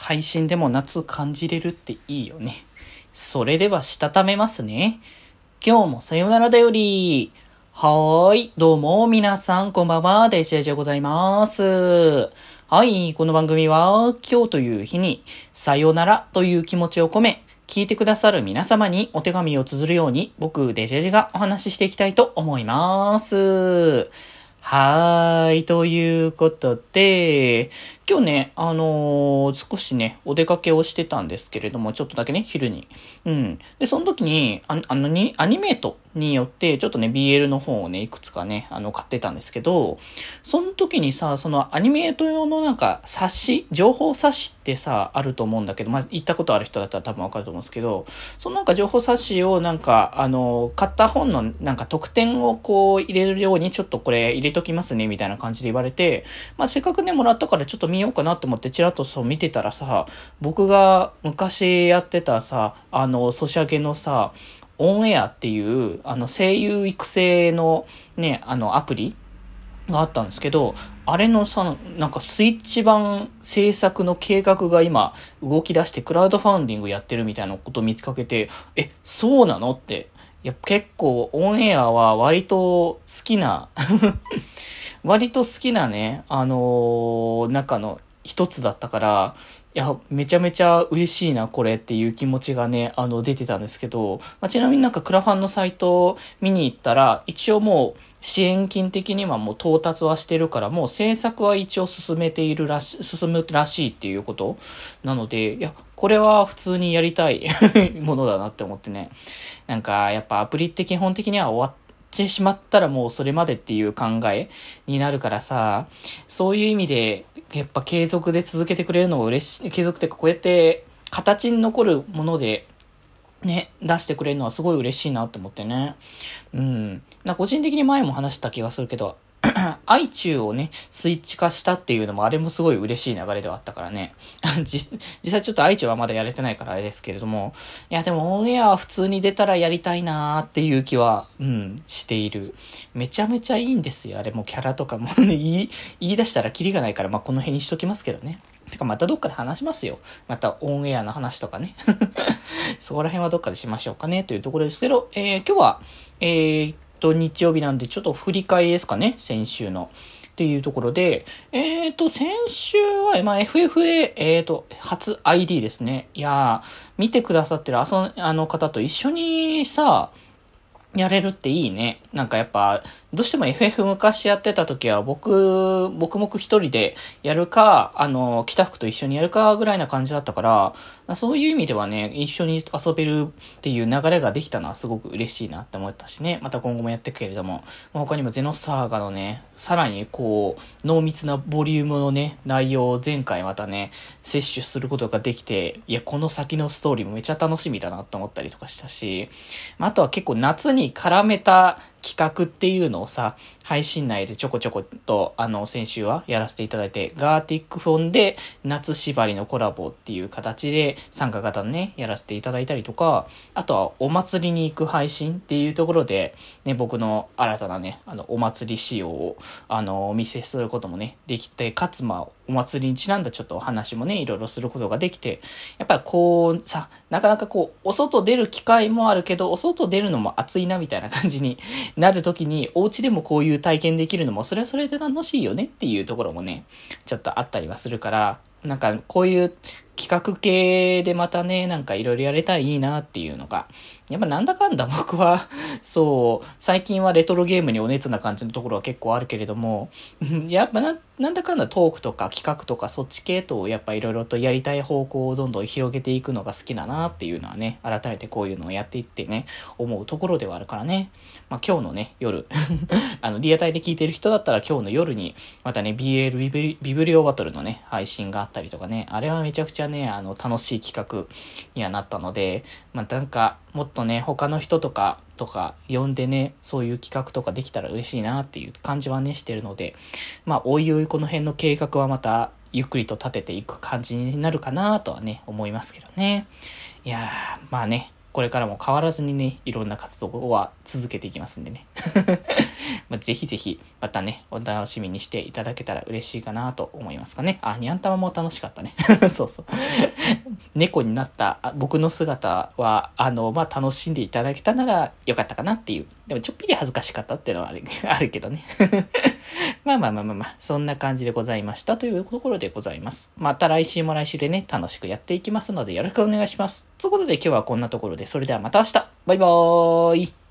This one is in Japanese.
配信でも夏感じれるっていいよね。それではしたためますね。今日もさよならだより。はーい、どうも皆さんこんばんは、デジェジでございます。はい、この番組は今日という日にさよならという気持ちを込め、聞いてくださる皆様にお手紙を綴るように僕デジェジがお話ししていきたいと思います。はーい、ということで、今日ね、少しね、お出かけをしてたんですけれども、ちょっとだけね、昼に。で、その時に、アニメートによって、ちょっとね、BL の本をね、いくつかね、買ってたんですけど、その時にさ、そのアニメート用のなんか、情報冊子ってさ、あると思うんだけど、まあ、行ったことある人だったら多分わかると思うんですけど、そのなんか情報冊子をなんか、買った本のなんか特典をこう入れるように、ちょっとこれ入れときますね、みたいな感じで言われて、まあ、せっかくね、もらったからちょっと見ようかなと思ってチラッとそう見てたらさ、僕が昔やってたさ、ソシャゲのさ、オンエアっていう、声優育成のね、アプリがあったんですけど、あれのさ、なんかスイッチ版制作の計画が今動き出してクラウドファンディングやってるみたいなことを見かけて、そうなのって。いや、結構オンエアは割と好きな割と好きなね、中の一つだったから、いや、めちゃめちゃ嬉しいな、これっていう気持ちがね、出てたんですけど、まあ、ちなみになんかクラファンのサイト見に行ったら、一応もう支援金的にはもう到達はしてるから、もう制作は一応進むらしいっていうことなので、いや、これは普通にやりたいものだなって思ってね。なんか、やっぱアプリって基本的には終わってしまったらもうそれまでっていう考えになるからさ、そういう意味でやっぱ継続で続けてくれるのも嬉しい。継続ってこうやって形に残るものでね、出してくれるのはすごい嬉しいなって思ってね。個人的に前も話した気がするけど、アイチューをね、スイッチ化したっていうのもあれもすごい嬉しい流れではあったからね。実際ちょっとアイチューはまだやれてないからあれですけれども、いやでもオンエアは普通に出たらやりたいなーっていう気は、している。めちゃめちゃいいんですよ。あれもキャラとかもね、言い出したらキリがないから、まあ、この辺にしときますけどね。てかまたどっかで話しますよ。またオンエアの話とかね。そこら辺はどっかでしましょうかねというところですけど、今日は、日曜日なんでちょっと振り返りですかね、先週の。っていうところで、先週は、まあ、FF で、初 ID ですね。いやー、見てくださってる方と一緒にさ、やれるっていいね。なんかやっぱ、どうしても FF 昔やってた時は僕一人でやるか、北福と一緒にやるかぐらいな感じだったから、そういう意味ではね、一緒に遊べるっていう流れができたのはすごく嬉しいなって思ったしね。また今後もやっていくけれども、他にもゼノサーガのね、さらにこう、濃密なボリュームのね、内容を前回またね、摂取することができて、いや、この先のストーリーもめちゃ楽しみだなって思ったりとかしたし、あとは結構夏に絡めた企画っていうのをさ、配信内でちょこちょこと先週はやらせていただいて、ガーティックフォンで夏縛りのコラボっていう形で参加型のね、やらせていただいたりとか、あとはお祭りに行く配信っていうところで、ね、僕の新たなね、お祭り仕様をお見せすることもね、できて、かつまあ、お祭りにちなんだちょっとお話もね、いろいろすることができて、やっぱりこうさ、なかなかこう、お外出る機会もあるけど、お外出るのも暑いなみたいな感じになるときに、お家でもこういう体験できるのも、それはそれで楽しいよねっていうところもね、ちょっとあったりはするから、なんかこういう企画系でまたね、なんかいろいろやれたらいいなっていうのが、やっぱなんだかんだ僕は、そう、最近はレトロゲームにお熱な感じのところは結構あるけれども、やっぱなんだかんだトークとか企画とかそっち系とやっぱいろいろとやりたい方向をどんどん広げていくのが好きだなっていうのはね、改めてこういうのをやっていってね、思うところではあるからね。まあ今日のね、夜、リアタイで聞いてる人だったら今日の夜に、またね、BL ビブリオバトルのね、配信があったりとかね、あれはめちゃくちゃね、楽しい企画にはなったので、まあなんか、もっとね、他の人とか呼んでね、そういう企画とかできたら嬉しいなっていう感じはね、してるので、まあ、おいおいこの辺の計画はまた、ゆっくりと立てていく感じになるかなとはね、思いますけどね。いやー、まあね、 これからも変わらずにね、いろんな活動は続けていきますんでね。ぜひぜひ、またね、お楽しみにしていただけたら嬉しいかなと思いますかね。ニャン玉も楽しかったね。そうそう。猫になった僕の姿は、楽しんでいただけたならよかったかなっていう。でもちょっぴり恥ずかしかったっていうのはあるけどね。まあ、そんな感じでございましたというところでございます。また来週も来週でね、楽しくやっていきますのでよろしくお願いします。ということで今日はこんなところで、それではまた明日バイバーイ